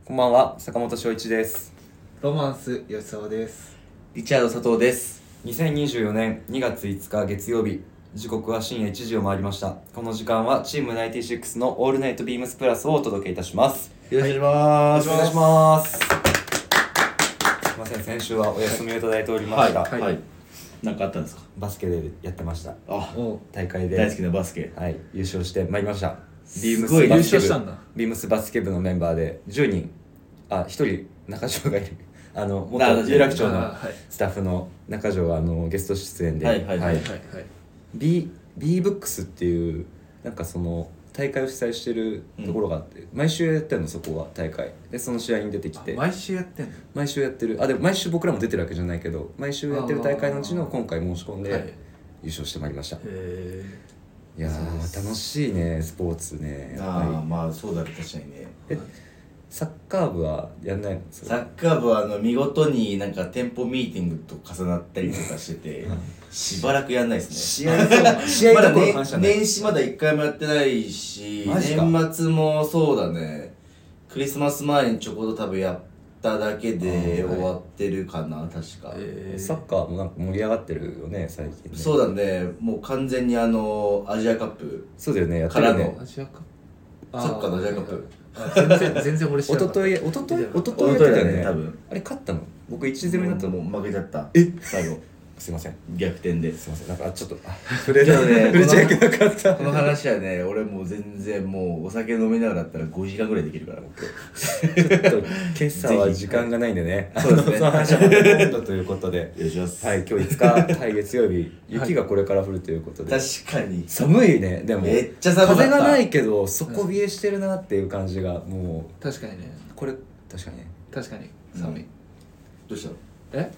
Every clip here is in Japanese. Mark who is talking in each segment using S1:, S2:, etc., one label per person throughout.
S1: こんばんは、坂本翔一です。
S2: ロマンス吉沢です。
S3: リチャード佐藤です。
S1: 2024年2月5日月曜日、時刻は深夜1時を回りました。この時間はチーム96のオールナイトビームスプラスをお届けいたします。
S3: よろしくお願いします。
S1: お願いします。すいません、先週はお休みをいただいておりました。
S3: はい。なんかあったんですか？
S1: バスケでやってました。大会で
S3: 大好きなバスケ。
S1: はい、優勝してまいりました。
S3: ビームスバスケ部
S2: 優勝したんだ。
S1: ビームスバスケ部のメンバーで10人、1人中条がいる。元有楽町のスタッフの中条がゲスト出演で、B ブックスっていうなんかその大会を主催してるところがあって、毎週やってるの、そこは大会で、その試合に出てきて、
S2: 毎週やってんの？
S1: 毎週やってる。でも毎週僕らも出てるわけじゃないけど、毎週やってる大会のうちの今回申し込んで優勝してまいりました。いやー楽しいね、スポーツね。
S3: まあそうだね、確かにね。
S1: サッカー部はやんないの？
S3: サッカー部は見事になんか店舗ミーティングと重なったりとかしててしばらくやんないですね。
S1: 試合
S3: まだ
S1: どころの話じゃない。
S3: 年始まだ1回もやってないし、
S1: マジか。
S3: 年末もそうだね、クリスマス前にちょこっと多分やっただけで終わってるかな、確か。
S1: サッカーもなんか盛り上がってるよね、最近ね。
S3: そうだね、もう完全にアジアカップ
S1: そうだよね、やってるね。
S2: アジアカップ、
S3: サッカーのアジアカップ
S2: 全然俺知らなかった。
S1: おとといやってたよね、多分。あれ勝ったの？僕 1-0 になったの。
S3: もう負けちゃった。最後
S1: すいません、
S3: 逆転で。
S1: すいません、なんかちょっと触れちゃいけなかった。
S3: この話はね、俺もう全然もうお酒飲みながらだったら5時間ぐらいできるから僕。
S1: ちょっと今朝は時間がないんでね。
S3: そうですね。
S1: その話はまた今度ということで。
S3: お願いします。
S1: はい、今日5日、はい、月曜日、雪がこれから降るということで。
S3: 確かに。
S1: 寒いね、でも。
S3: めっちゃ寒かった。
S1: 風がないけど、底冷えしてるなっていう感じが、もう。
S2: 確かにね。
S1: これ、確かにね。
S2: 確かに、寒い。
S3: どうしたの？
S2: え？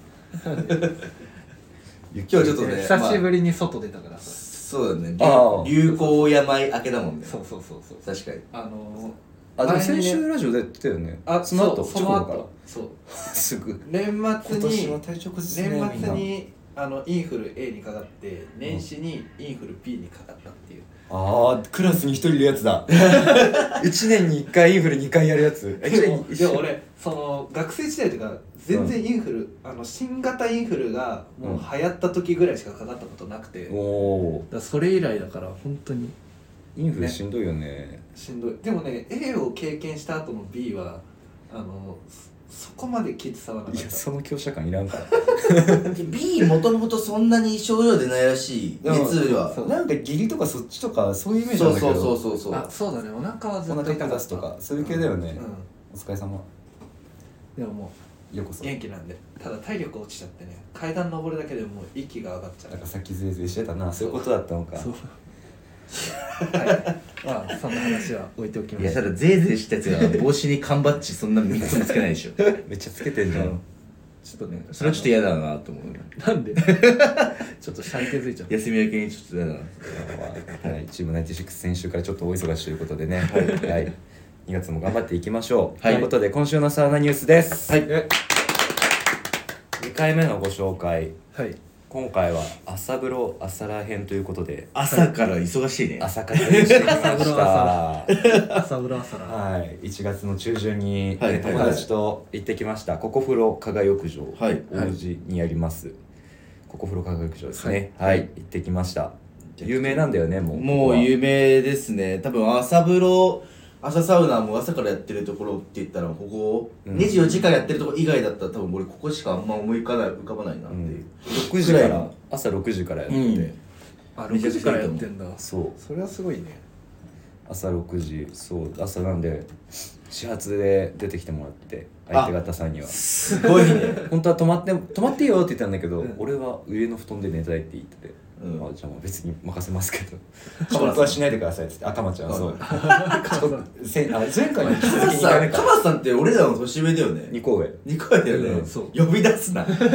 S3: 今日ちょっとね、
S2: 久しぶりに外出たからさ。
S3: そうだね。流行病明けだもんね。
S2: そう。
S3: 確かに。
S1: でも先週ラジオでやってたよね。
S2: その後
S1: そう。すぐ。
S2: 年末にインフル A にかかって年始にインフル B にかかったっていう。
S1: クラスに一人いるやつだ。1年に1回インフル2回やるやつ。
S2: でも俺その学生時代とか全然インフル、新型インフルがもう流行った時ぐらいしかかかったことなくて、だそれ以来だから本当に
S1: インフルしんどいよね。
S2: しんどい。でもね A を経験した後の B はそこまできつさはなかった。
S1: いや、その強者感いらんから。
S3: B もともとそんなに症状出ないらしい。熱は
S1: なんか下痢とかそっちとかそういうイメージなんだけど。
S2: そうだね、お腹はずっと
S1: お腹痛かすとかそういう系だよね。お疲れ様。
S2: でももう
S1: ようこそ
S2: 元気なんで。ただ体力落ちちゃってね、階段登るだけでもう息が上がっちゃう。
S1: なんかさっきゼーゼーしてたな。そういうことだったのか。
S2: まあそんな話は置いておきましょう。
S3: いや、ただゼーゼーしたやつが帽子に缶バッジそんな3つもつけないでしょ。
S1: めっちゃつけてんじゃん。
S2: ちょっとね、
S3: それはちょっと嫌だなと思う。
S2: なんでちょっとシャリ手づいちゃった。
S3: 休み明けにちょっと嫌だな。
S1: はい、チーム96先週からちょっとお忙しいということでね。はい、2月も頑張っていきましょう。ということで今週のサウナニュースです。2回目のご紹介。今回は朝風呂朝ラー編ということで、
S3: 朝から忙しいね。
S1: 朝からしてきました。
S2: 朝風呂朝ラー。
S1: はい、1月の中旬に友達と行ってきました。ココフロ加賀浴場、王子にありますココフロ加賀浴場ですね。はい、行ってきました。有名なんだよね、
S3: もう有名ですね。多分朝風呂朝サウナも朝からやってるところって言ったらここ、24時間やってるところ以外だったら多分俺ここしかあんま思い浮かばないなっていう、
S1: 6時から朝6時からやって、
S2: 6時からやってんだ。
S1: そ
S2: れはすごいね。
S1: 朝6時、そう朝なんで始発で出てきてもらって、相手方さんには
S3: すごいね。
S1: 本当は泊まっていいよって言ったんだけど、俺は上の布団で寝たいって言ってて、じゃあ別に任せますけど遅刻はしないでくださいって言って、赤間ちゃんそう前回に引き続き2回目か。
S3: カマさんって俺らの年上だよね。
S1: 2個上
S3: だよね。呼び出すな。
S1: 朝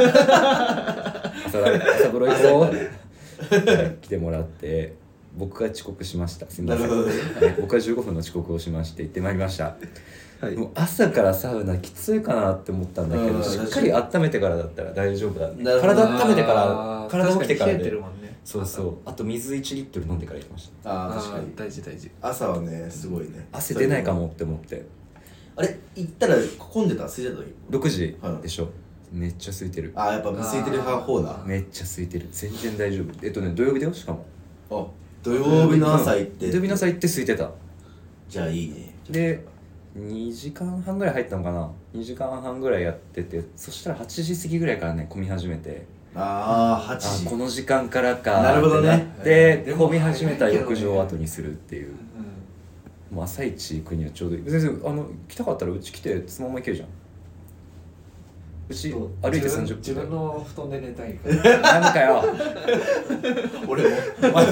S1: 風呂行こう来てもらって、僕が遅刻しました。すみません。僕は15分の遅刻をしまして行ってまいりました。もう朝からサウナきついかなって思ったんだけど、しっかり温めてからだったら大丈夫だね。体温めてから体起きてからで。そうそう。あと水1リットル飲んでから行きました。
S2: 確かに大事。
S3: 朝はねすごいね。
S1: 汗出ないかもって思って。
S3: あれ行ったら混んでた空いてた時
S1: 6時でしょ、めっちゃ空いてる。
S3: やっぱ空いてる方だ。
S1: めっちゃ空いてる、全然大丈夫。土曜日だよ、しかも。
S3: 土曜日の朝行って。
S1: 土曜日の朝行って空いてた。
S3: じゃあいいね。
S1: で2時間半ぐらい入ったのかな。2時間半ぐらいやってて、そしたら8時過ぎぐらいからね混み始めて、
S3: 8時、
S1: この時間からか
S3: なるほどね。
S1: で混み始めたら浴場を後にするっていう、もう朝一行くにはちょうどいい。全然来たかったらうち来てそのまま行けるじゃん。うち歩いて30分。
S2: 自分の布団で寝たいから
S1: なんかよ
S3: 俺も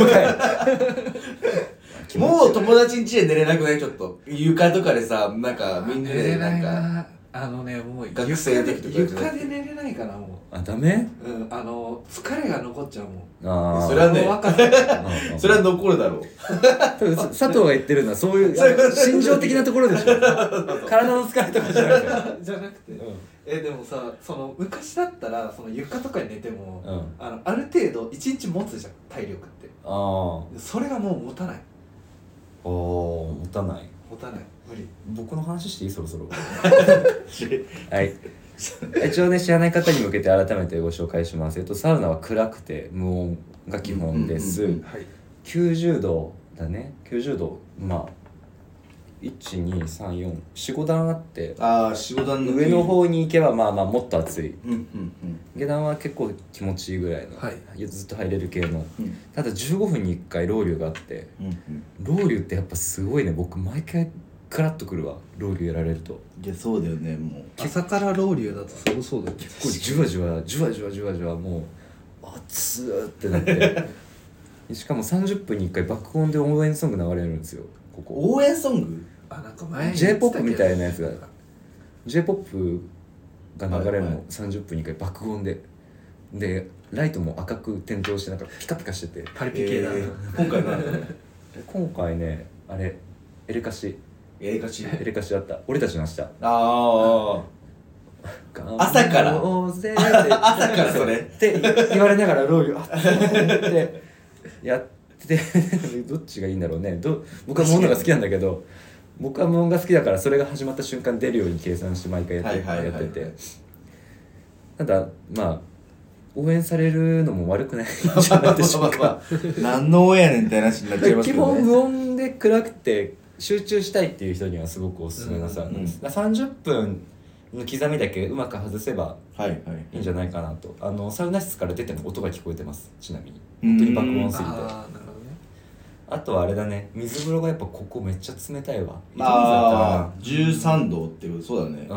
S3: もう友達ん家で寝れなくない？ちょっと床とかでさ、なんかみんなでなんか
S2: もう
S3: 学生の時とか
S2: 床で寝れないかな、もう。
S1: ダメ？
S2: 疲れが残っちゃうもん。
S3: それはね、それは残るだろう。
S1: 佐藤が言ってるのはそういう心情的なところでしょ。体の疲れとかじゃなくて。
S2: じゃなくて、でもさ、昔だったら床とかに寝ても、ある程度一日持つじゃん、体力って。それがもう持たない。
S1: 持たない、
S2: 無理。
S1: 僕の話していい？そろそろはい。一応ね、知らない方に向けて改めてご紹介します。サウナは暗くて無音が基本です。90度だね。90度、1,2,3,4,4,5段あって、
S3: 4,5段の
S1: 上の方に行けばもっと暑い。下段は結構気持ちいいぐらいの、ずっと入れる系の。ただ15分に1回ロウリュがあって、ロウリュってやっぱすごいね。僕毎回カラッとくるわ、ロウリュやられると。
S3: いや、そうだよね。もう
S2: 朝からロウリュだとすごそうだけど、
S1: 結構じわじわもう熱ーってなってしかも30分に1回爆音で応援ソング流れるんですよ、ここ。
S3: 応援ソング？
S2: なんか前
S1: J-POP みたいなやつが J-POP が流れるの、30分に1回爆音でライトも赤く点灯してなんかピカピカしてて
S2: パリピ系だ。
S1: 今回ね、あれエレカシだった。俺たちの明日。
S3: 朝から朝からそれ
S1: って言われながらロウリュってやってどっちがいいんだろうね。僕は無音が好きなんだけど、僕は無音が好きだから、それが始まった瞬間出るように計算して毎回やってて、ただ応援されるのも悪くないんじゃないでしょうか。
S3: 何の応援やねんって話になっちゃいますけどね。
S1: 基本無音で暗くて集中したいっていう人にはすごくおすすめなサウナです。30分の刻みだけうまく外せばいいんじゃないかなと。サウナ室から出ても音が聞こえてます。ちなみに本当に爆音すぎて。あとはあれだね、水風呂がやっぱここめっちゃ冷たいわ。
S3: 13度っていう。そうだね。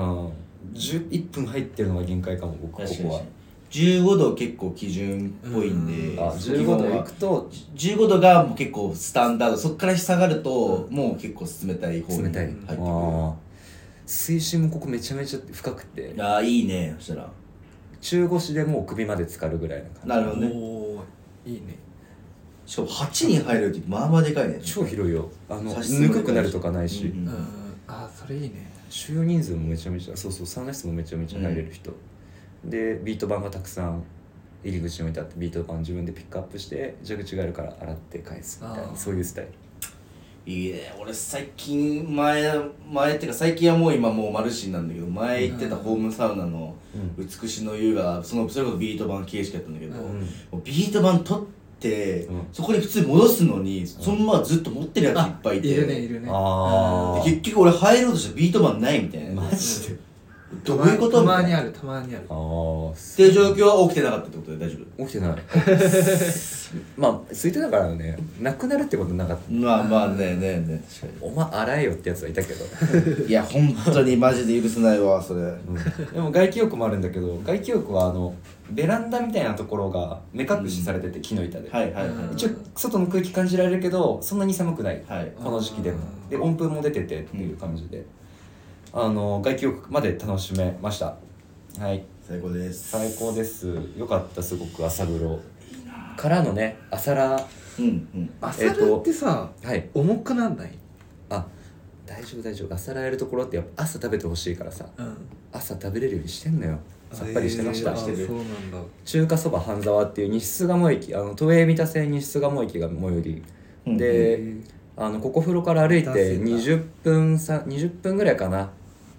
S1: 11分入ってるのが限界かも、僕。ここは
S3: 15度結構基準っぽいんで、
S1: 15度いくと
S3: 15度がもう結構スタンダード。そっから下がるともう結構冷たい方に入ってくる。
S1: 水深もここめちゃめちゃ深くて、
S3: いいね。そしたら
S1: 中腰でもう首まで浸かるぐらいな感じ。
S3: なるほどね。
S2: いいね。
S3: しかも8人入れるってまあまあでかいね。
S1: 超広いよ。ぬくくなるとかないし、
S2: それいいね。
S1: 収容人数もめちゃめちゃ、サウナ室もめちゃめちゃ入れる人、でビート板がたくさん入り口に置いてあって、ビート板自分でピックアップして蛇口があるから洗って返すみたいな、そういうスタイル。
S3: いいね。俺最近前ってか最近はもう今もうマルシンなんだけど、前行ってたホームサウナの美しの湯がそれこそビート板形式だったんだけど、ビート板取ってそこに普通戻すのにそのままずっと持ってるやついっぱいいて、
S2: いるね。
S3: 結局俺入ろうとしてビート板ないみたいな。
S1: マジで
S3: どういうこと？
S2: たまにある。って
S3: いう状況は起きてなかったってことで大丈夫？
S1: 起きてない空いてたからね、なくなるってことなかった。
S3: ね確かに。
S1: お前洗えよってやつはいたけど
S3: いや本当にマジで許せないわそれ。
S1: でも外気浴もあるんだけど、外気浴はベランダみたいなところが目隠しされてて、木の板で一応外の空気感じられるけどそんなに寒くない、この時期でも。で温風も出ててっていう感じで、外気浴まで楽しめました。はい、
S3: 最高です。
S1: 最高です。よかった。すごく朝風呂からのね、朝ラ
S2: 朝ラってさ、重くなんない？
S1: 大丈夫。朝ラやるところってやっぱ朝食べてほしいからさ、朝食べれるようにしてんのよ。さっぱりしてました。
S2: そうなんだ。
S1: 中華そば半沢っていう西巣鴨駅、都営三田線西巣鴨駅が最寄りで、ここ風呂から歩いて20分ぐらいかな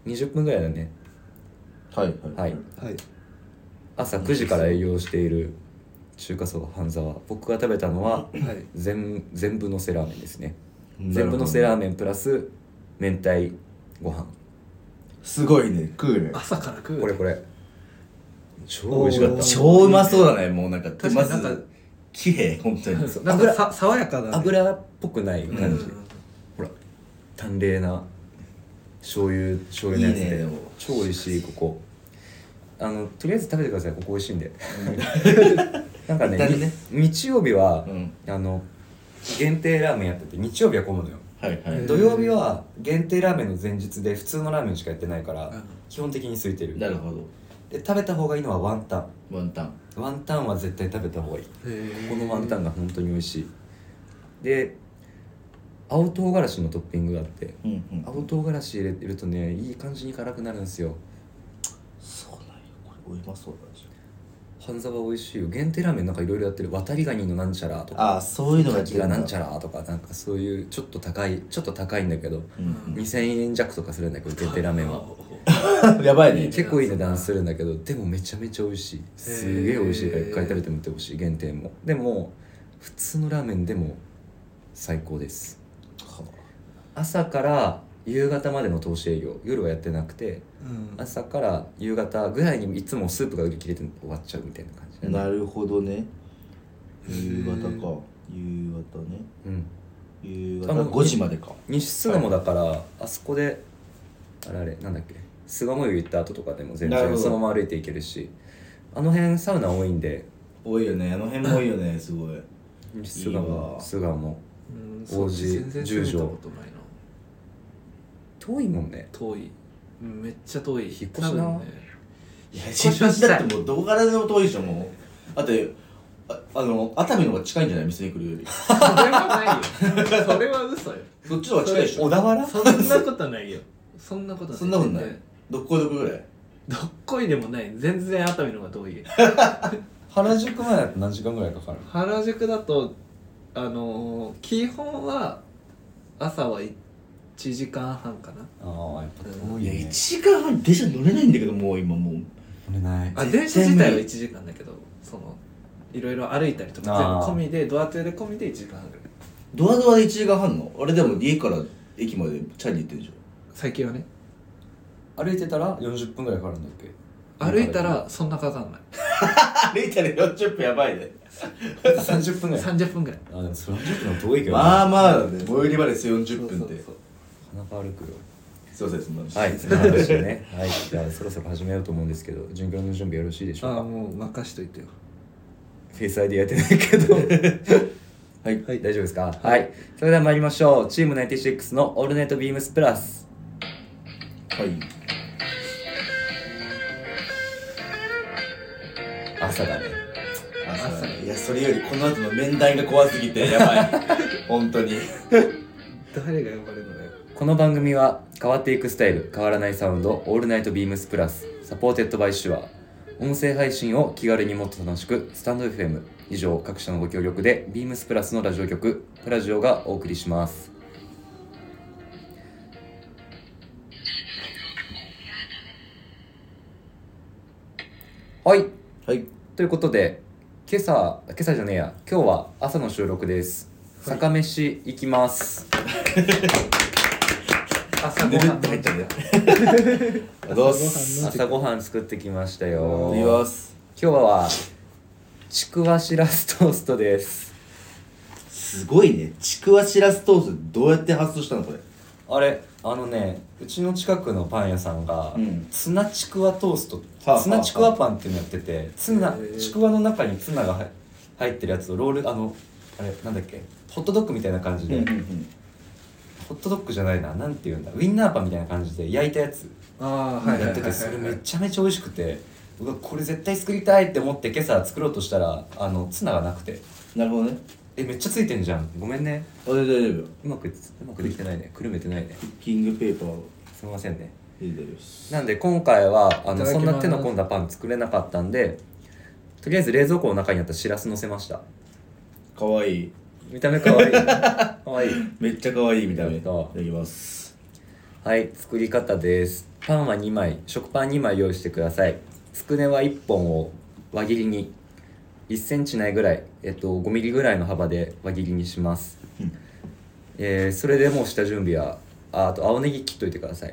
S1: 20分ぐらいだね。
S3: はい
S1: はい、朝9時から営業している中華そば半沢。僕が食べたのは全部のせラーメンですね。全部のせラーメンプラス明太ご飯。
S3: すごいね、食うね。
S2: 朝から食う。
S1: これ超美味しかった。
S3: 超うまそうだね。もうなんか
S2: 確かになんか
S3: 綺麗、本当に。
S2: なんか爽やかだね。
S1: 油っぽくない感じ、ほら淡麗な醤油のやつで
S3: いいね。
S1: 超美味しい。こことりあえず食べてください。ここ美味しいんでなんか ね日曜日は、限定ラーメンやってて、日曜日は混むのよ。土曜日は限定ラーメンの前日で普通のラーメンしかやってないから、基本的に空いてる。
S3: なるほど。
S1: で食べた方がいいのはワンタン。
S3: ワンタン
S1: は絶対食べた方がいい。このワンタンが本当に美味しい。で青唐辛子のトッピングがあって、青唐辛子入れるとね、いい感じに辛くなるんですよ。
S3: そうなんよ。これうまそうだし。
S1: 半沢美味しいよ。限定ラーメンなんかいろいろやってる。渡りガニのなんちゃらとか、
S3: そういうのが
S1: 牡蠣がなんちゃらとか、なんかそういうちょっと高いんだけど、2000円弱とかするんだけど、限定ラーメンは
S3: やばいね。
S1: 結構いい値段するんだけど、でもめちゃめちゃ美味しい。すげえ美味しいから一回食べてみてほしい。限定も。でも普通のラーメンでも最高です。朝から夕方までの投資営業、夜はやってなくて、朝から夕方ぐらいにいつもスープが売り切れて終わっちゃうみたいな感じ。
S3: なるほどね。夕方か。夕方ね。夕方5時までか。
S1: 西巣鴨だから、あそこであれなんだっけ、巣鴨湯行った後とかでも全然そのまま歩いていけるし、あの辺サウナ多いんで。
S3: 多いよね、あの辺も多いよね。すごい。
S1: 西巣鴨、巣鴨、王子、十条。遠いもんね。
S2: 遠い、めっちゃ遠い。
S1: 引っ越しな。
S3: いや、引っ越しだってもうどこからでも遠いでしょ。もうだって熱海の方が近いんじゃない、店に来るより。
S2: それはないよ。それは嘘よ。
S3: そっちの方が近いでしょ。
S1: 小田原？
S2: そんなことないよ。そんなこと
S3: ない。どっこぐらい？
S2: どっこいでもない。全然熱海の方が遠い。
S1: 原宿までだと何時間ぐらいかかる？
S2: 原宿だと基本は朝は1時間半かな。
S1: やっぱ遠いね。
S3: いや、1時間半電車乗れないんだけど、もう今もう
S1: 乗れない。
S2: 電車自体は1時間だけど、いろいろ歩いたりとか全部込みで、ドアツーで込みで1時間半ぐらい。ド
S3: アで1時間半の？あれでも家から駅までチャリ行ってるじゃん。
S2: 最近はね。
S1: 歩いてたら40分ぐらいかかるんだっけ？
S2: 歩いたらそんなかかんない。
S3: 歩いたら40分やばいね。
S1: 30分ぐらい。
S2: 30分ぐらい。
S1: でも30分は遠いけどね。
S3: まあまあだね。最寄りまで40分って。
S1: なかなか歩くよ。
S3: すいません、そんな話。
S1: はい、そんな話でね。はい、じゃあそろそろ始めようと思うんですけど、準備の準備よろしいでしょうか？
S2: もう任しといてよ。
S1: フェイス ID やってないけどはい、大丈夫ですか？はい、それでは参りましょう。チーム96のオールナイトビームスプラス。
S3: はい。
S1: 朝だね。
S3: 朝。いや、それよりこの後の面談が怖すぎてやばい。本当に。
S2: 誰が呼ばれるのよ。
S1: この番組は変わっていくスタイル、変わらないサウンド、オールナイトビームスプラス、サポーテッドバイシュア、音声配信を気軽にもっと楽しく、スタンド FM、以上各社のご協力でビームスプラスのラジオ局、プラジオがお送りします。はい、ということで今朝じゃねえや、今日は朝の収録です。酒飯行きます。
S2: 朝ごはん
S3: 入ったね。
S1: 朝ごはん作ってきましたよ。
S3: 今
S1: 日はちくわしらすトーストです。
S3: すごいね。ちくわしらすトーストどうやって発想したのこれ？
S1: うちの近くのパン屋さんが、ツナちくわトースト、ツナちくわパンっていうのやってて、ちくわの中にツナが入ってるやつをロール、なんだっけ、ホットドッグみたいな感じで、ホットドッグじゃないな、なんていうんだ、ウィンナーパンみたいな感じで焼いたやつやってて、それめちゃめちゃ美味しくて、僕はこれ絶対作りたいって思って今朝作ろうとしたら、ツナがなくて。
S3: なるほどね。
S1: めっちゃついてんじゃん。ごめんね。
S3: 大丈夫。
S1: うまくできてないね。くるめてないね。
S3: クッキングペーパーを。
S1: すみませんね。
S3: 大丈夫です。
S1: なんで今回はそんな手の込んだパン作れなかったんで、とりあえず冷蔵庫の中にあったしらす乗せました。
S3: かわいい。
S1: 見た目かわいい。かわいい。
S3: めっちゃかわいい見た目。い
S1: ただ
S3: きます。
S1: はい、作り方です。 パンは2枚、食パン2枚用意してください。つくねは1本を輪切りに1センチないぐらい、5ミリぐらいの幅で輪切りにします。それでもう下準備はあと青ネギ切っといてください。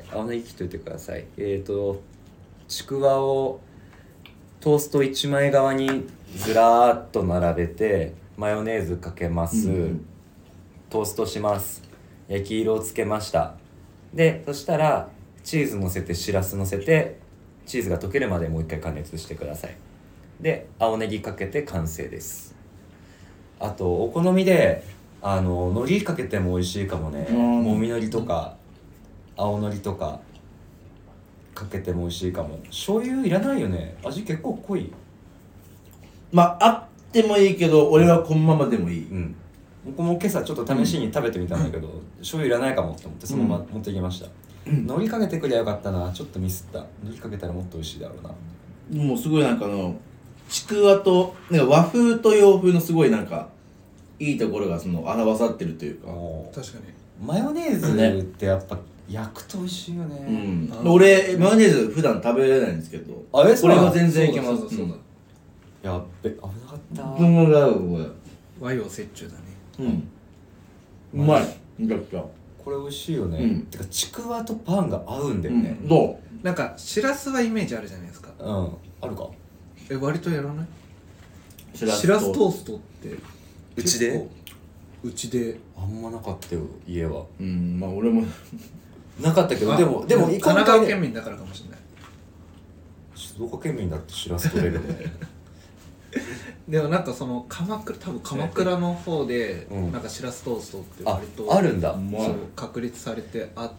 S1: ちくわをトースト1枚側にずらーっと並べてマヨネーズかけます、トーストします。焼き色をつけました。でそしたらチーズ乗せてしらす乗せてチーズが溶けるまでもう一回加熱してください。で青ネギかけて完成です。あとお好みで海苔かけても美味しいかもね。もみのりとか青のりとかかけても美味しいかも。醤油いらないよね。味結構濃い。
S3: まああってもいいけど俺はこのままでもいい。
S1: 僕も今朝ちょっと試しに食べてみたんだけど、醤油いらないかもと思ってそのまま持ってきました。海苔かけてくりゃよかったな。ちょっとミスった。海苔かけたらもっと美味しいだろうな。
S3: もうすごいなんかちくわとなんか和風と洋風のすごいなんかいいところが表さってるというか。
S2: 確かに
S1: マヨネーズってやっぱ焼くと美味しいよね。
S3: 俺マヨネーズ普段食べれないんですけど、これが全然いけます。
S1: やっべ、危なかった。
S2: 和洋折衷だね。
S3: うまい。めちゃくちゃ
S1: これ美味しいよね。てかちくわとパンが合うんだよね。
S3: ど
S2: うなんかしらすはイメージあるじゃないですか。
S1: あるか。
S2: 割とやらない？しらすトーストって
S1: うちであんまなかったよ家は。
S3: まあ俺も
S1: なかったけど、でも
S2: 神奈川県民だからかもしれない。
S1: 静岡県民だってしらす取れるね。
S2: でもなんか多分鎌倉の方でなんかしらすトーストって割と
S1: あるんだ。
S2: 確立されてあって、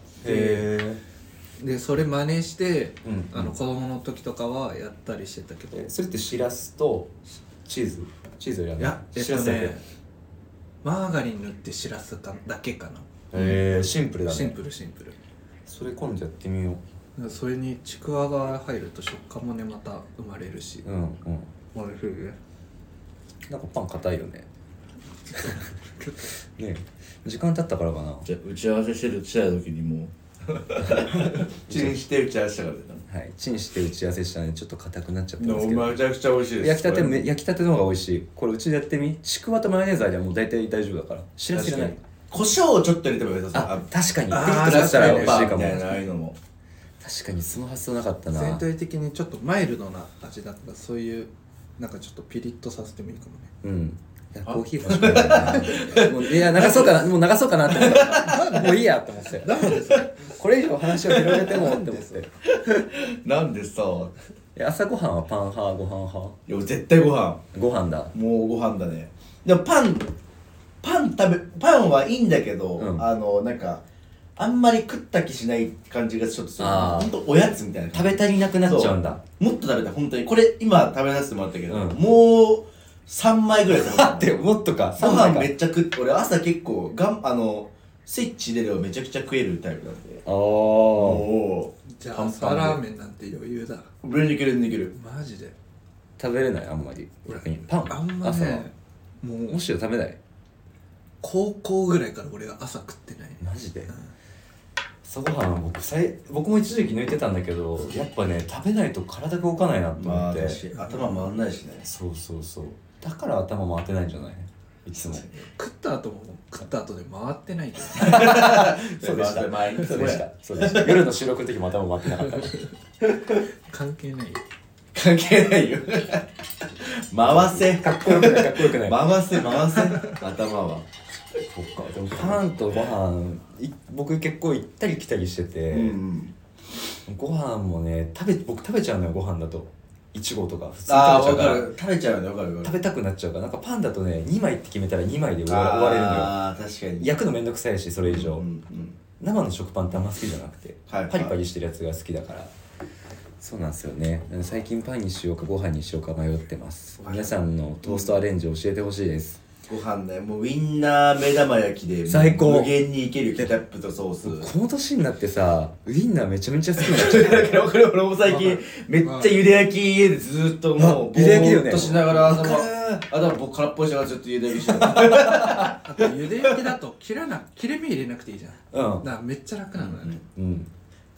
S2: でそれ真似して子供の時とかはやったりしてたけど。
S1: それってしらすとチーズをやるの？
S2: いやマーガリン塗ってしらすだけかな。
S1: シンプルだね。
S2: シンプル。
S1: それ今度やってみよ
S2: う。それにちくわが入ると食感もねまた生まれるし。おいしいね。
S1: なんかパン硬いよね。ね時間経ったからかな。
S3: じゃ打ち合わせしてた時にもうチンして打ち合わせしたからね。
S1: はい、チンして打ち合わせしたのでちょっと硬くなっちゃったんですけど。
S3: めちゃくちゃ美味しいです。
S1: 焼きたての方が美味しい。これうちでやってみ。ちくわとマヨネーズはもう大体大丈夫だから。しらすいらない。
S3: 胡椒をちょっと入れてもいいですか。
S1: 確かにピリッとしたら美味しいかも。
S3: 確
S1: かにその発想なかったな。
S2: 全体的にちょっとマイルドな味だったらそういうなんかちょっとピリッとさせてもいいかもね。
S1: いやコーヒー欲しくないな。いや流そうかな。もう流そうかなって思った。もういいやって思って。これ以上話を広げてもって思って。
S3: なんでさ。
S1: 朝ごはんはパン派ご飯派？
S3: いや絶対ご飯だ。もうご飯だね。でもパンはいいんだけど、なんかあんまり食った気しない感じがちょっとする。ほんとおやつみたいな。
S1: 食べ足りなくなっちゃうんだ。
S3: もっと食べたい本当に。これ今食べさせてもらったけど、もう3枚ぐらい食べた。
S1: ってもっとか。
S3: ご飯めっちゃ食って、俺朝結構スイッチ出ればめちゃくちゃ食えるタイプなんで。
S2: じゃあ朝ラーメンなんて余裕だ。
S3: 俺にいける。
S2: マジで
S1: 食べれないあんまり。パン
S2: あんまね。
S1: もしろ食べない。
S2: 高校ぐらいから俺は朝食ってない。
S1: マジで。朝ごはん僕も一時期抜いてたんだけど、やっぱね食べないと体が動かないなと思って。
S3: 頭回んないしね。
S1: そう。だから頭回ってないんじゃない？いつも。
S2: 食った後で回ってないけど。
S1: そうでした。夜の収録の時も頭回ってなかった。
S2: 関係ない
S3: よ。回せ。
S1: かっこよくない。
S3: 回せ頭は。
S1: そっか。でもパンとご飯僕結構行ったり来たりしてて、ご飯もね僕食べちゃうのよ。ご飯だと1合とか普通に
S3: 食べちゃうね。分かる。
S1: 食べたくなっちゃうから。なんかパンだとね2枚って決めたら2枚で終われるのよ。
S3: 確かに。
S1: 焼くのめんどくさいしそれ以上。生の食パンってあんま好きじゃなくて、パリパリしてるやつが好きだから。そうなんですよね。最近パンにしようかご飯にしようか迷ってます。皆さんのトーストアレンジ教えてほしいです。
S3: ご飯ね、もうウインナー目玉焼きで
S1: 最高。
S3: 無限にいけるケチャップとソース。
S1: この年になってさ、ウインナーめちゃめちゃ好きになっちゃ
S3: う。だから俺も最近めっちゃ茹で焼き家でずっともう
S1: 茹で焼きだよね。
S3: ぼーっとしながら頭僕空っぽしながらずっと茹で焼きしてる。
S2: あと茹で焼きだと切れ目入れなくていいじゃん。だからめっちゃ楽なのよね。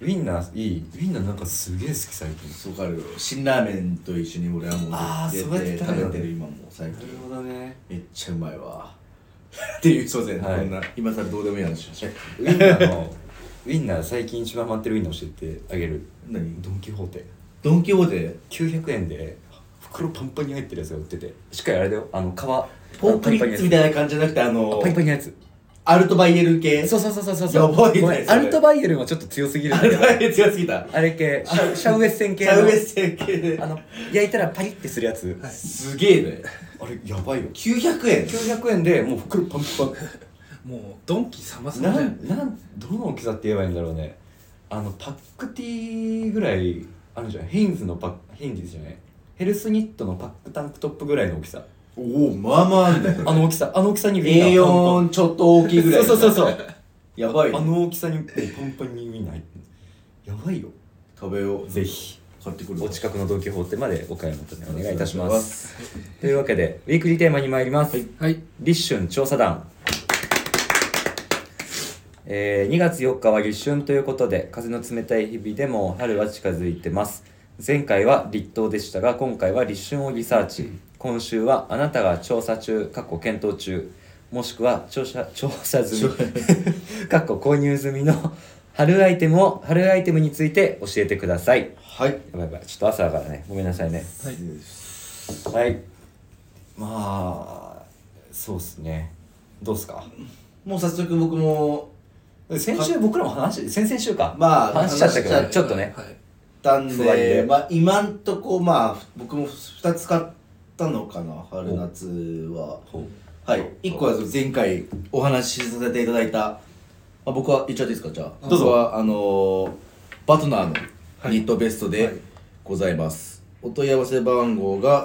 S1: ウインナーいい。ウインナーなんかすげえ好き最近。
S3: そうかるよ。辛ラーメンと一緒に俺はもう
S1: そうやって
S3: 食べてる今も最近。
S1: なるほどね。
S3: めっちゃうまいわ。っていう、そうですね、
S1: はい、
S3: こんな今更どうでもいい話しましょう。
S1: ウインナー最近一番ハマってるウインナー教えてあげる。
S3: 何？
S1: ドン・キホーテ。
S3: ドン・キホーテ
S1: 900円で袋パンパンに入ってるやつが売ってて、しっかりあれだよ、皮
S3: ポークリッツみたいな感じじゃなくて
S1: パリパリのやつ、
S3: アルトバイエルン系。
S1: そう
S3: やばいね。
S1: アルトバイエルンはちょっと強すぎる。
S3: アルトバイエルン強すぎた。
S1: あれ系、シャウエッセン系の。
S3: シャウエッセン系で
S1: 焼いたらパリってするやつ。
S3: すげえね。
S1: あれやばいよ。
S3: 900円
S1: 900円でもう袋パンパン。
S2: もうドンキ様々じゃん。
S1: どの大きさって言えばいいんだろうね。パックティーぐらいあるじゃん。ヘインズじゃない、ヘルスニットのパックタンクトップぐらいの大きさ。
S3: おお、まあまああんね。
S1: 大きさにウィンナー
S3: A4 ちょっと大きいぐらい。
S1: そう
S3: やばい。
S1: 大きさにパンパンにウィンナー入ってる。やばいよ。
S3: 食べよう。
S1: ぜひ
S3: 買ってくる。
S1: お近くのドン・キホーテまでお買い求めお願いいたします。というわけでウィークリーテーマに参ります。
S2: はい。
S1: 立春調査団。2月4日は立春ということで、風の冷たい日々でも春は近づいてます。前回は立冬でしたが、今回は立春をリサーチ。今週はあなたが調査中検討中、もしくは調査済み購入済みの春アイテムについて教えてください。
S3: はい。
S1: やばいちょっと朝だからね、ごめんなさいね。はい。まあそうっすね。どうっすか。
S3: もう早速僕も
S1: 先週僕らも先々週か、
S3: まあ
S1: 話しちゃったけど、ちょっとね、
S3: たんで、まあ今んとこ僕も2つ買ったのかな、春夏は。はい、1個は前回お話しさせていただいた、僕は言っちゃっていいですか。じゃあどうぞ。はバトナーのニットベストでございます。お問い合わせ番号が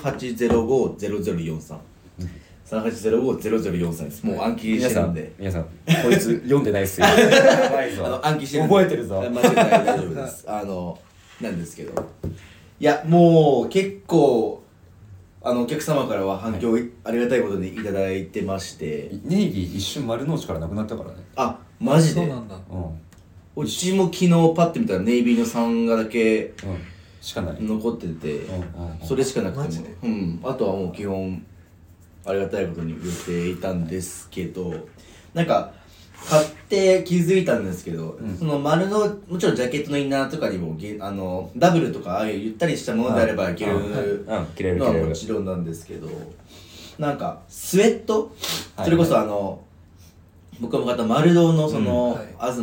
S3: 3805-0043。3805-0043です。もう暗記してるんで。
S1: 皆さんこいつ読んでないっすよ。やばいぞ。
S3: 暗記してるん
S1: で覚えてるぞ。
S3: 間違いない、大丈夫です。なんですけど、いやもう結構お客様からは反響ありがたいことにいただいてまして、
S1: ネイビー一瞬丸の内からなくなったからね。
S3: あ、マジで。
S2: そうなんだ。
S3: うちも昨日パッて見たらネイビーの3がだけ
S1: しかない
S3: 残ってて、それしかなくても、あとはもう基本ありがたいことに売れていたんですけど、なんか買って気づいたんですけど、その丸のもちろんジャケットのインナーとかにもダブルとかああいうゆったりしたものであれば着るのはもちろんなんですけど、なんかスウェット、それこそ僕も買った丸胴のその東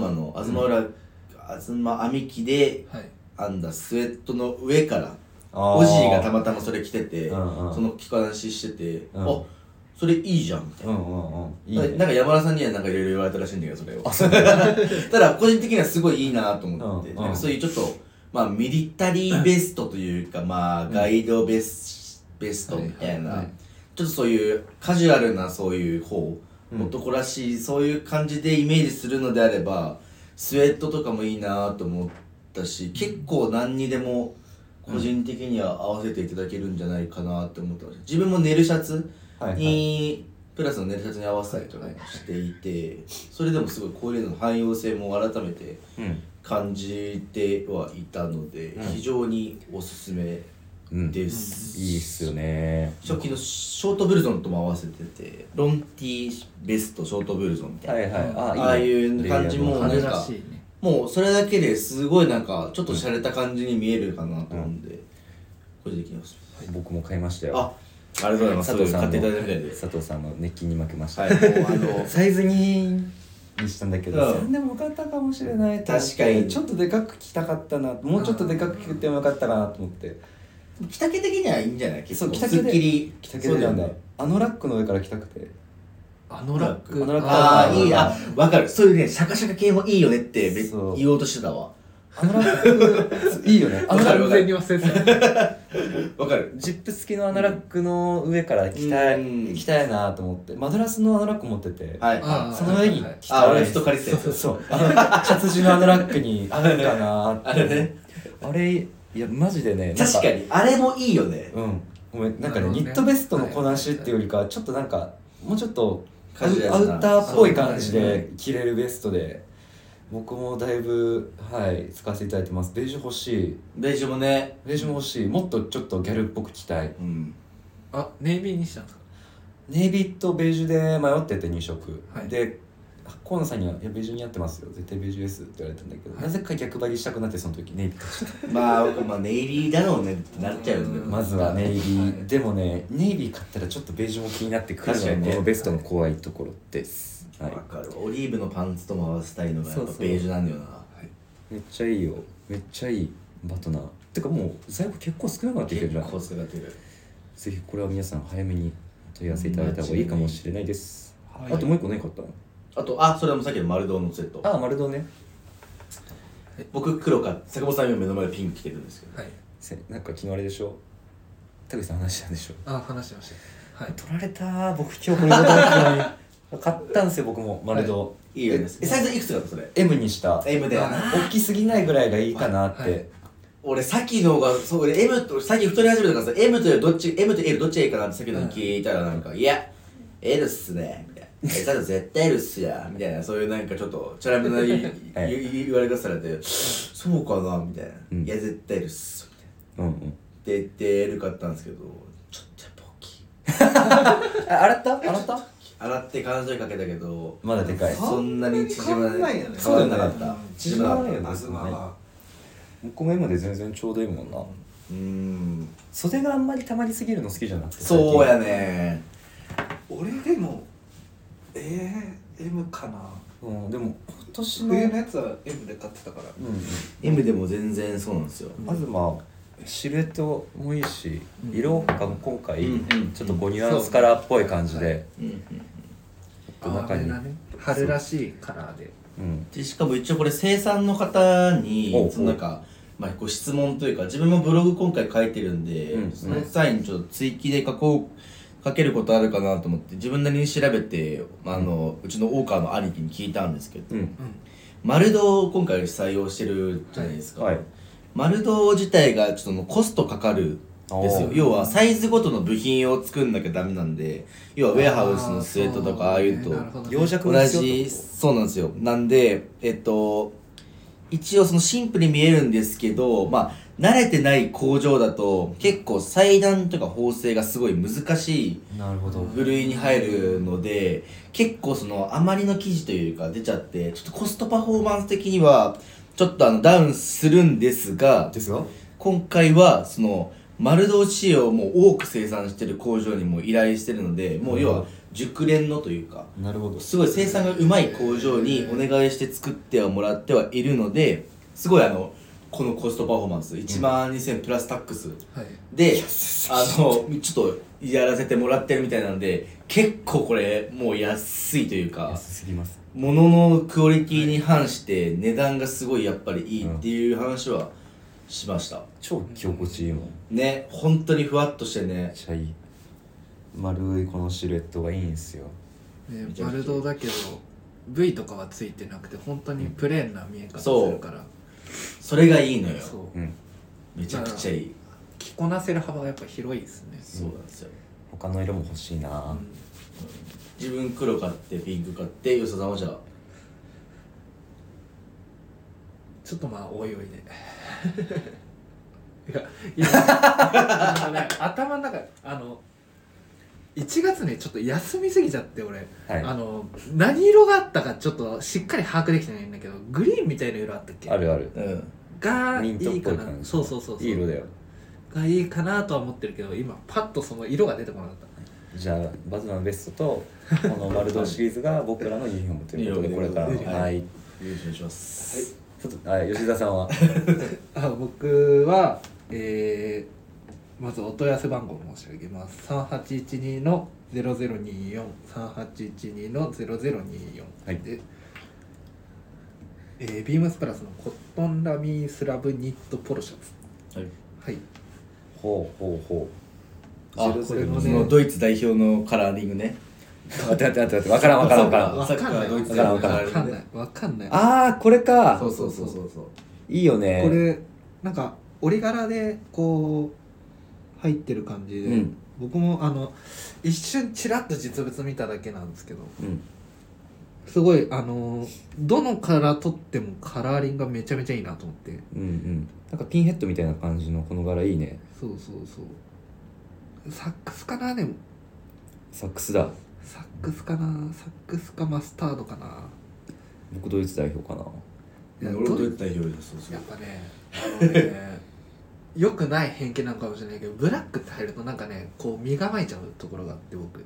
S3: 編み機で編んだスウェットの上からオジーがたまたまそれ着てて、その着こなししてて、あ、それいいじゃんみたいな。なんか山田さんにはなんかいろいろ言われたらしいんだけど、それを。ただ個人的にはすごいいいなと思って、なんかそういうちょっとミリタリーベストというか、ガイドベストみたいな、ちょっとそういうカジュアルなそういう方、男らしいそういう感じでイメージするのであれば、スウェットとかもいいなと思ったし、結構何にでも個人的には合わせていただけるんじゃないかなって思ってました。自分もネルシャツにプラスのネルシャツに合わせたりとかしていて、それでもすごいこういうのの汎用性も改めて感じてはいたので、非常におすすめです。
S1: いいっすよね。
S3: 初期のショートブルゾンとも合わせてて、ロンティーベストショートブルゾンみたいな、ああいう感じもなんかもうそれだけですごいなんかちょっと洒落た感じに見えるかなと思うんで、これできます。
S1: 僕も買いましたよ。
S3: ありがとうございます。
S1: 佐藤さん
S3: 買っていただいたみたいで、
S1: 佐藤さんの熱気に負けました。
S3: もう
S1: サイズにしたんだけど、3でもよかったかもしれない。
S3: 確かに
S1: ちょっとでかく着たかったな、もうちょっとでかく着てもよかったかなと思って。
S3: 着丈的にはいいんじゃない？
S1: そう、着
S3: すっきり。
S1: 着丈なんだ。ラックの上から着たくて。
S2: ラック。
S3: いい。わかる。そういうね、シャカシャカ系もいいよねって言おうとしてたわ。
S1: ラックいいよね。
S2: 完全に忘れてた。
S3: わかる。
S1: ジップ付きのラックの上から着たいなと思って、マドラスのラック持ってて、その上に着たい。
S3: 俺人借りてたやつ。
S1: そう。シャツ地のラックに合うかなって。
S3: あれね。
S1: あれ、いやマジでね。
S3: 確かにあれもいいよね。
S1: ごめん、なんかね、ニットベストのこなしっていうよりかちょっとなんかもうちょっとアウターっぽい感じで着れるベストで、 僕もだいぶ使わせていただいてます。ベージュ欲しい。
S3: ベージュもね。
S1: ベージュも欲しい。もっとちょっとギャルっぽく着たい。
S2: ネイビーにしたんですか？
S1: ネイビーとベージュで迷ってて2色、
S2: はい、
S1: で河野さんには「いやベージュ似合ってますよ、絶対ベージュです」って言われたんだけど、なぜか逆張りしたくなってその時ネイビー買っちゃった
S3: まあネイビーだろうねってなっちゃうんだよ。
S1: まずはネイビー、でもねネイビー買ったらちょっとベージュも気になってくるのが、このベストの怖いところです。
S3: わかる。オリーブのパンツとも合わせたいのがやっぱベージュなんだよな。
S1: めっちゃいいよ、めっちゃいいバトナーてかもう在庫結構少なくなってきてるじゃん。
S3: 結構少なくなってる。
S1: ぜひこれは皆さん早めに問い合わせいただいた方がいいかもしれないです。あともう一個何買ったの？
S3: あとそれもさっきの丸胴のセット。
S1: 丸胴ね。
S3: 僕黒か坂本さん今目の前でピンク着てるんですけど、
S1: なんか昨日あれでしょ、田口さん話したんでしょ。
S2: 話してました。
S1: 取られた。僕今日これごと買ったんですよ。僕も丸胴、
S3: いいよね。サイズいくつだったそれ？
S1: M にした。
S3: M だよな。
S1: 大きすぎないぐらいがいいかなって、
S3: 俺さっきのが俺 M とさっき太り始めたからさ M と L どっちがいいかなってさっきのに聞いたらなんか、いや L っすねみたいな、絶対 L っすやみたいな、そういうなんかちょっとチャラめな言われ方されて、そうかなみたいな、いや絶対 L っすみたいな、って言って L 買ったんですけど、ちょっとやっぱ大きい。洗って彼女にかけたけど
S1: まだでかい。
S3: そんなに縮まない。
S1: そうだよね。
S3: なかった。
S1: 縮まないよね。僕も M で全然ちょうどいいもんな。袖があんまりたまりすぎるの好きじゃなくて。
S3: そうやね。
S2: 俺でもM かな。
S1: でも今年
S2: 冬のやつは M で買ってたから、
S3: M でも全然そうなんですよ。
S1: まずシルエットもいいし、色が今回ちょっとニュアンスカラーっぽい感じで、
S2: 中に春らしいカラーで、
S3: でしかも一応これ生産の方にそのなんかご質問というか、自分もブログ今回書いてるんで、その際にちょっと追記で書けることあるかなと思って自分なりに調べて、うちの大川の兄貴に聞いたんですけど、丸胴を今回採用してるじゃないですか。丸胴自体がちょっとコストかかるんですよ。要はサイズごとの部品を作んなきゃダメなんで、要はウェアハウスのスウェットとかああいうと同じ、そうなんですよ。なんで一応そのシンプルに見えるんですけど、慣れてない工場だと結構裁断とか縫製がすごい難しい部類に入るので、結構その余りの生地というか出ちゃって、ちょっとコストパフォーマンス的にはちょっとダウンするんですが、今回はその丸胴仕様も多く生産してる工場にも依頼してるので、もう要は熟練のというか、すごい生産がうまい工場にお願いして作ってはもらってはいるので、すごいこのコストパフォーマンス12000プラスタックスで、ちょっとやらせてもらってるみたいなんで、結構これもう安いというか、
S1: 安すぎます。
S3: 物のクオリティに反して値段がすごいやっぱりいいっていう話はしました。
S1: 超着心地いいもん
S3: ね。本当にふわっとしてね、
S1: めっちゃいい。丸いこのシルエットがいいんですよ。
S2: 丸胴だけど V とかはついてなくて本当にプレーンな見え方するから、
S3: それがいいのよ。めちゃくちゃいい。
S2: 着こなせる幅がやっぱ広いですね。
S3: そうなんですよ。
S1: 他の色も欲しいな。
S3: 自分黒買ってピンク買って、吉田さんはじゃあ
S2: ちょっとおいおいでいや頭の中1月にちょっと休みすぎちゃって俺、何色があったかちょっとしっかり把握できてないんだけど、グリーンみたいな色あったっけ？
S1: あるある、
S2: がいいかな。
S1: そういい色だよ。
S2: がいいかなとは思ってるけど、今パッとその色が出てこなかった。
S1: じゃあバズナのベストとこの丸胴シリーズが僕らのユニフォームということで、これからよろしくお願い
S3: します。
S1: 吉田さんは
S2: 僕はまずお問い合わせ番号を申し上げます。3812の0024 3812の0024で、ビームスプラスのコットンラミースラブニットポロシャツ。
S1: ほう
S3: これもね、ドイツ代表のカラーリングね。
S1: 待って分からん。
S2: 分かんない。
S1: ああこれか。
S3: そう
S1: いいよね。
S2: これなんか折り柄でこう入ってる感じで、僕も一瞬チラッと実物見ただけなんですけど、 すごいどのカラー取ってもカラーリングがめちゃめちゃいいなと思って。
S1: うんうん。なんかピンヘッドみたいな感じのこの柄いいね。
S2: そうそうそう。サックスかな。でも
S1: サックスだ。
S2: サックスかな。サックスかマスタードかな。
S1: 僕ドイツ代表かな。
S3: 俺もドイツ代表です。そうそう。
S2: やっぱね良くない偏見なんかもしれないけど、ブラックって入るとなんかねこう身構えちゃうところがあって、僕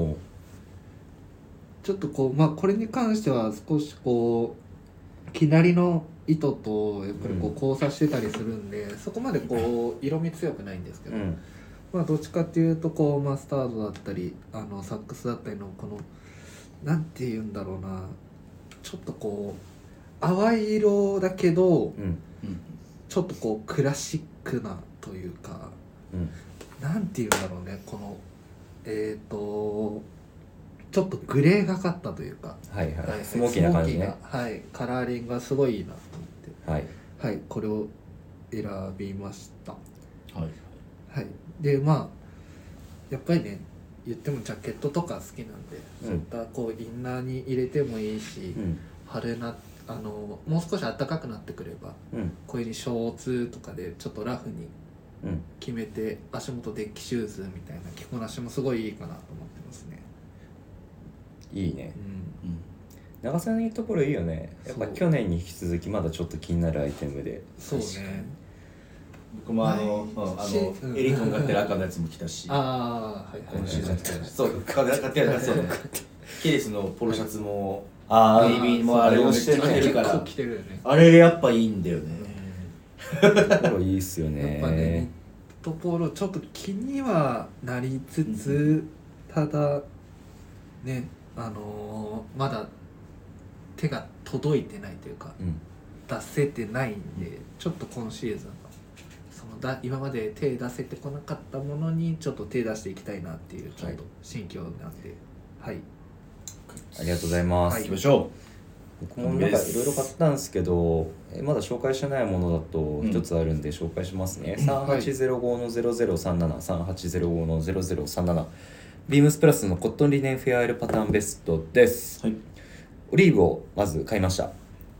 S2: ちょっとこうこれに関しては少しこう生成りの糸とやっぱりこう交差してたりするんで、そこまでこう色味強くないんですけど、どっちかっていうとこうマスタードだったりサックスだったりのこのなんて言うんだろうな、ちょっとこう淡い色だけど、ちょっとこうクラシックなというか、なんて言うんだろうね、このちょっとグレーがかったというか、
S1: スモーキーな感じね。
S2: カラーリングがすごいいいなと思って、これを選びました。でやっぱりね、言ってもジャケットとか好きなんで、そういったこうインナーに入れてもいいし、春なもう少し暖かくなってくれば、こういうショーツとかでちょっとラフに決めて、足元デッキシューズみたいな着こなしもすごいいいかなと思ってますね。
S1: いいね。長さのいいところいいよね。やっぱ去年に引き続きまだちょっと気になるアイテムで。
S2: そうね。
S3: 僕もエリコンがってる赤のやつも着たし、今週だったそう買ってやるそうケリスのポロシャツもネイビーもあれをしてるから、あれやっぱいいんだよね。
S1: ポロいいっすよね。
S2: やっぱね、ニットポロちょっと気にはなりつつ、ただね、まだ手が届いてないというか、出せてないんで、ちょっと今シーズン今まで手出せてこなかったものにちょっと手出していきたいなっていうちょっと心境なんで、あ
S1: りがとうございます。
S3: 行きましょ
S1: う。僕もなんかいろいろ買ったんですけど、まだ紹介してないものだと一つあるんで紹介しますね。3805-0037 3805-0037ビームスプラスのコットンリネンフェアオイルパターンベストです。オリーブをまず買いました。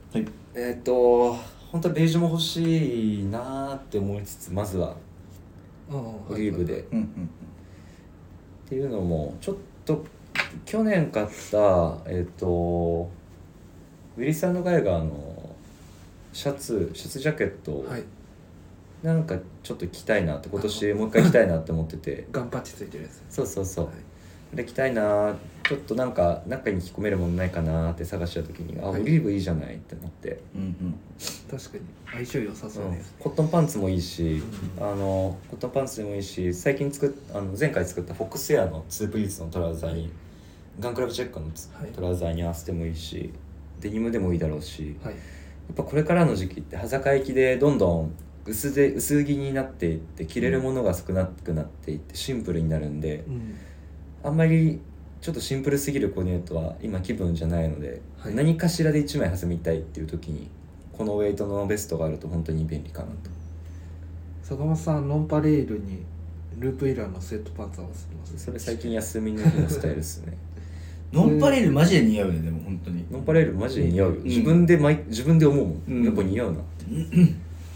S1: 本当はベージュも欲しいなーって思いつつ、まずはオリーブで、っていうのもちょっと去年買ったウィリス&ガイガーのシャツジャケット、なんかちょっと着たいなって、今年もう一回着たいなって思ってて
S2: ガンパッチついてるやつ。
S1: そう、で着たいな、ちょっとなんか中に着込めるものないかなって探した時に、オリーブいいじゃないってなって、
S2: 確かに相性良さそうです、
S1: コットンパンツもいいし、コットンパンツでもいいし、最近前回作ったフォックスエアの2プリーツのトラウザーに、ガンクラブチェックのトラウザーに合わせてもいいし、デニムでもいいだろうし、やっぱこれからの時期って端境期でどんどん薄着になっていって、着れるものが少なくなっていってシンプルになるんで、あんまりちょっとシンプルすぎるコーディネートは今気分じゃないので、何かしらで1枚挟みたいっていう時にこのウェイトのベストがあると本当に便利かなと。
S2: 坂本さん、ノンパレールにループイラーのスウェットパンツ合わせてます。
S1: それ最近休みの日のスタイルですね。
S3: ノンパレールマジで似合うよね。でも本当に
S1: ノンパレールマジで似合うよ、自分で思うもん、やっぱ似合うなって、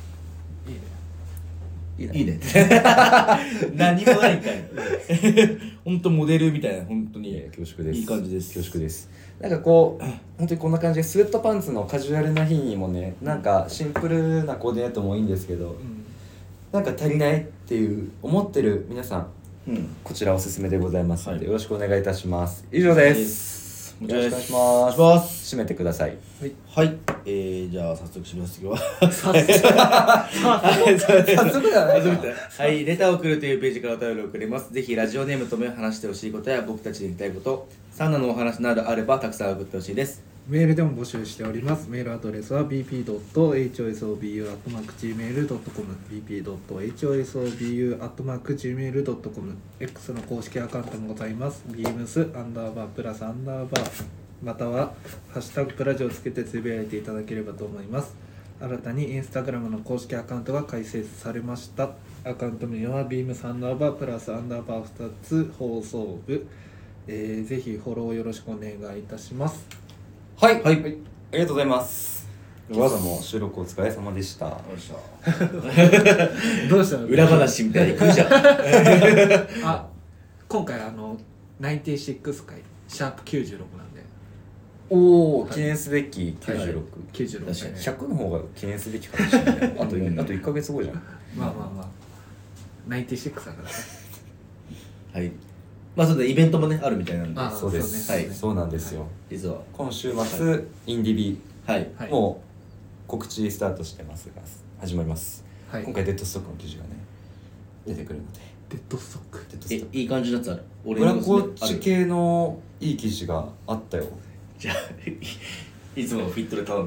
S1: いいね
S3: 何もないんかい。本当モデルみたいな、本当に
S1: 恐縮です。
S3: いい感じです。
S1: 恐縮です。なんかこう本当にこんな感じで、スウェットパンツのカジュアルな日にもね、なんかシンプルなコーディネートもいいんですけど、なんか足りないっていう思ってる皆さん、こちらおすすめでございますので、よろしくお願いいたします。以上です。よろしくお願いします。締めてください。
S3: はい、じゃあ早速締めますよ。
S2: 早速だね。
S3: はい、レターを送るというページからお便りを送れます。ぜひラジオネームと話してほしいことや僕たちに言いたいこと、サウナのお話などあればたくさん送ってほしいです。
S2: メールでも募集しております。メールアドレスは bp.hosobu@gmail.com bp.hosobu@gmail.com X の公式アカウントもございます。beams_+_ またはハッシュタグプラジをつけてつぶやいていただければと思います。新たにインスタグラムの公式アカウントが開設されました。アカウント名は beams_+2 つ放送部、ぜひフォローよろしくお願いいたします。
S1: はい、はい、ありがとうございます。今朝も収録お疲れ様でした。
S2: どうしたの
S3: 裏話みたいに来るじゃん。
S2: あ、今回96回シャープ96なんで。
S1: おお、記念すべき96。
S2: 96。
S1: 100の方が記念すべきかもしれない。あと1ヶ月後じゃん。
S2: まあまあまあ。96だからね。
S3: はい。まあそれでイベントもねあるみたいなんで。
S1: そうです。はい、そうなんですよ。
S3: 実は
S1: 今週末インディビもう告知スタートしてますが始まります。今回デッドストックの記事がね出てくるので。
S2: デッドストック。
S3: いい感じのやつある。
S1: ブラコーチ系のいい記事があったよ。
S3: じゃあいつものフィットで頼む。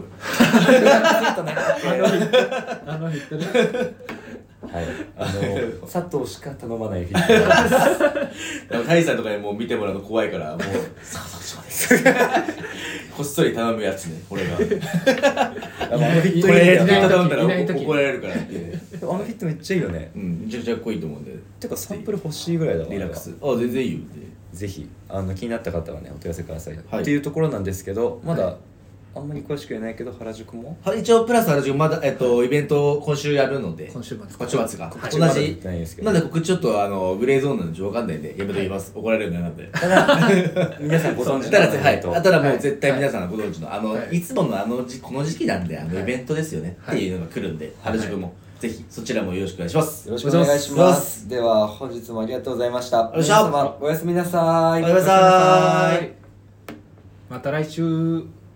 S2: あのフィットね。
S1: はい、佐藤しか頼まないフィットです。
S3: タイさんとかにもう見てもらうの怖いからもう佐藤翔です。こっそり頼むやつね、俺が。
S1: あのフィット
S3: これ頼んだら怒られるからっていうね。
S1: あのフィットめっちゃいいよね。
S3: うん、めちゃくちゃかっこいいと思うんで。
S1: てかサンプル欲しいぐらいだわ。
S3: リラックス。あ、全然いいよ。
S1: ぜひ気になった方はねお問い合わせください。っていうところなんですけど、まだあんまり詳しく言えないけど原宿も
S3: 一応プラス原宿まだイベントを今週やるので、
S2: 今週末
S3: が同じなんで告知ちょっとグレーゾーンなんで分かんないんでやめときます。怒られるんだなって。ただ
S1: 皆さんご存知
S3: ただもう絶対皆さんご存知のいつものこの時期なんでイベントですよねっていうのが来るんで、原宿もぜひそちらもよろしくお願いします。
S1: よろしくお願いします。では本日もありがとうございました。皆様おやすみなさい。
S3: おやすみなさい。
S2: また来週。